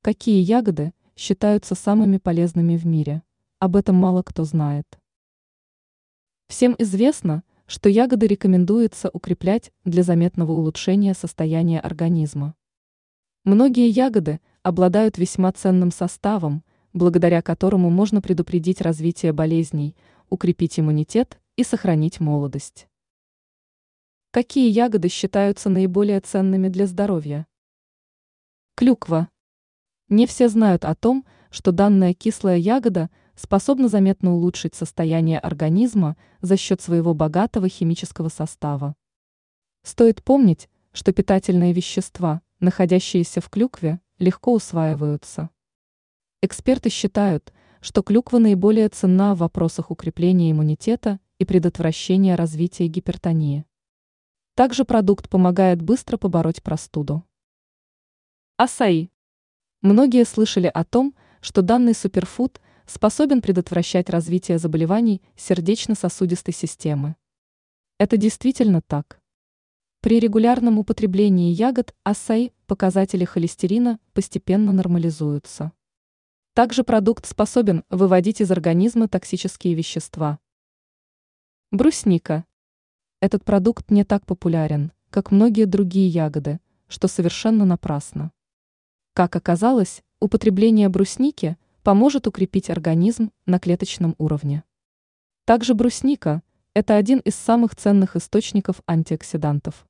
Какие ягоды считаются самыми полезными в мире? Об этом мало кто знает. Всем известно, что ягоды рекомендуется укреплять для заметного улучшения состояния организма. Многие ягоды обладают весьма ценным составом, благодаря которому можно предупредить развитие болезней, укрепить иммунитет и сохранить молодость. Какие ягоды считаются наиболее ценными для здоровья? Клюква. Не все знают о том, что данная кислая ягода способна заметно улучшить состояние организма за счет своего богатого химического состава. Стоит помнить, что питательные вещества, находящиеся в клюкве, легко усваиваются. Эксперты считают, что клюква наиболее ценна в вопросах укрепления иммунитета и предотвращения развития гипертонии. Также продукт помогает быстро побороть простуду. Асаи. Многие слышали о том, что данный суперфуд способен предотвращать развитие заболеваний сердечно-сосудистой системы. Это действительно так. При регулярном употреблении ягод асаи показатели холестерина постепенно нормализуются. Также продукт способен выводить из организма токсические вещества. Брусника. Этот продукт не так популярен, как многие другие ягоды, что совершенно напрасно. Как оказалось, употребление брусники поможет укрепить организм на клеточном уровне. Также брусника – это один из самых ценных источников антиоксидантов.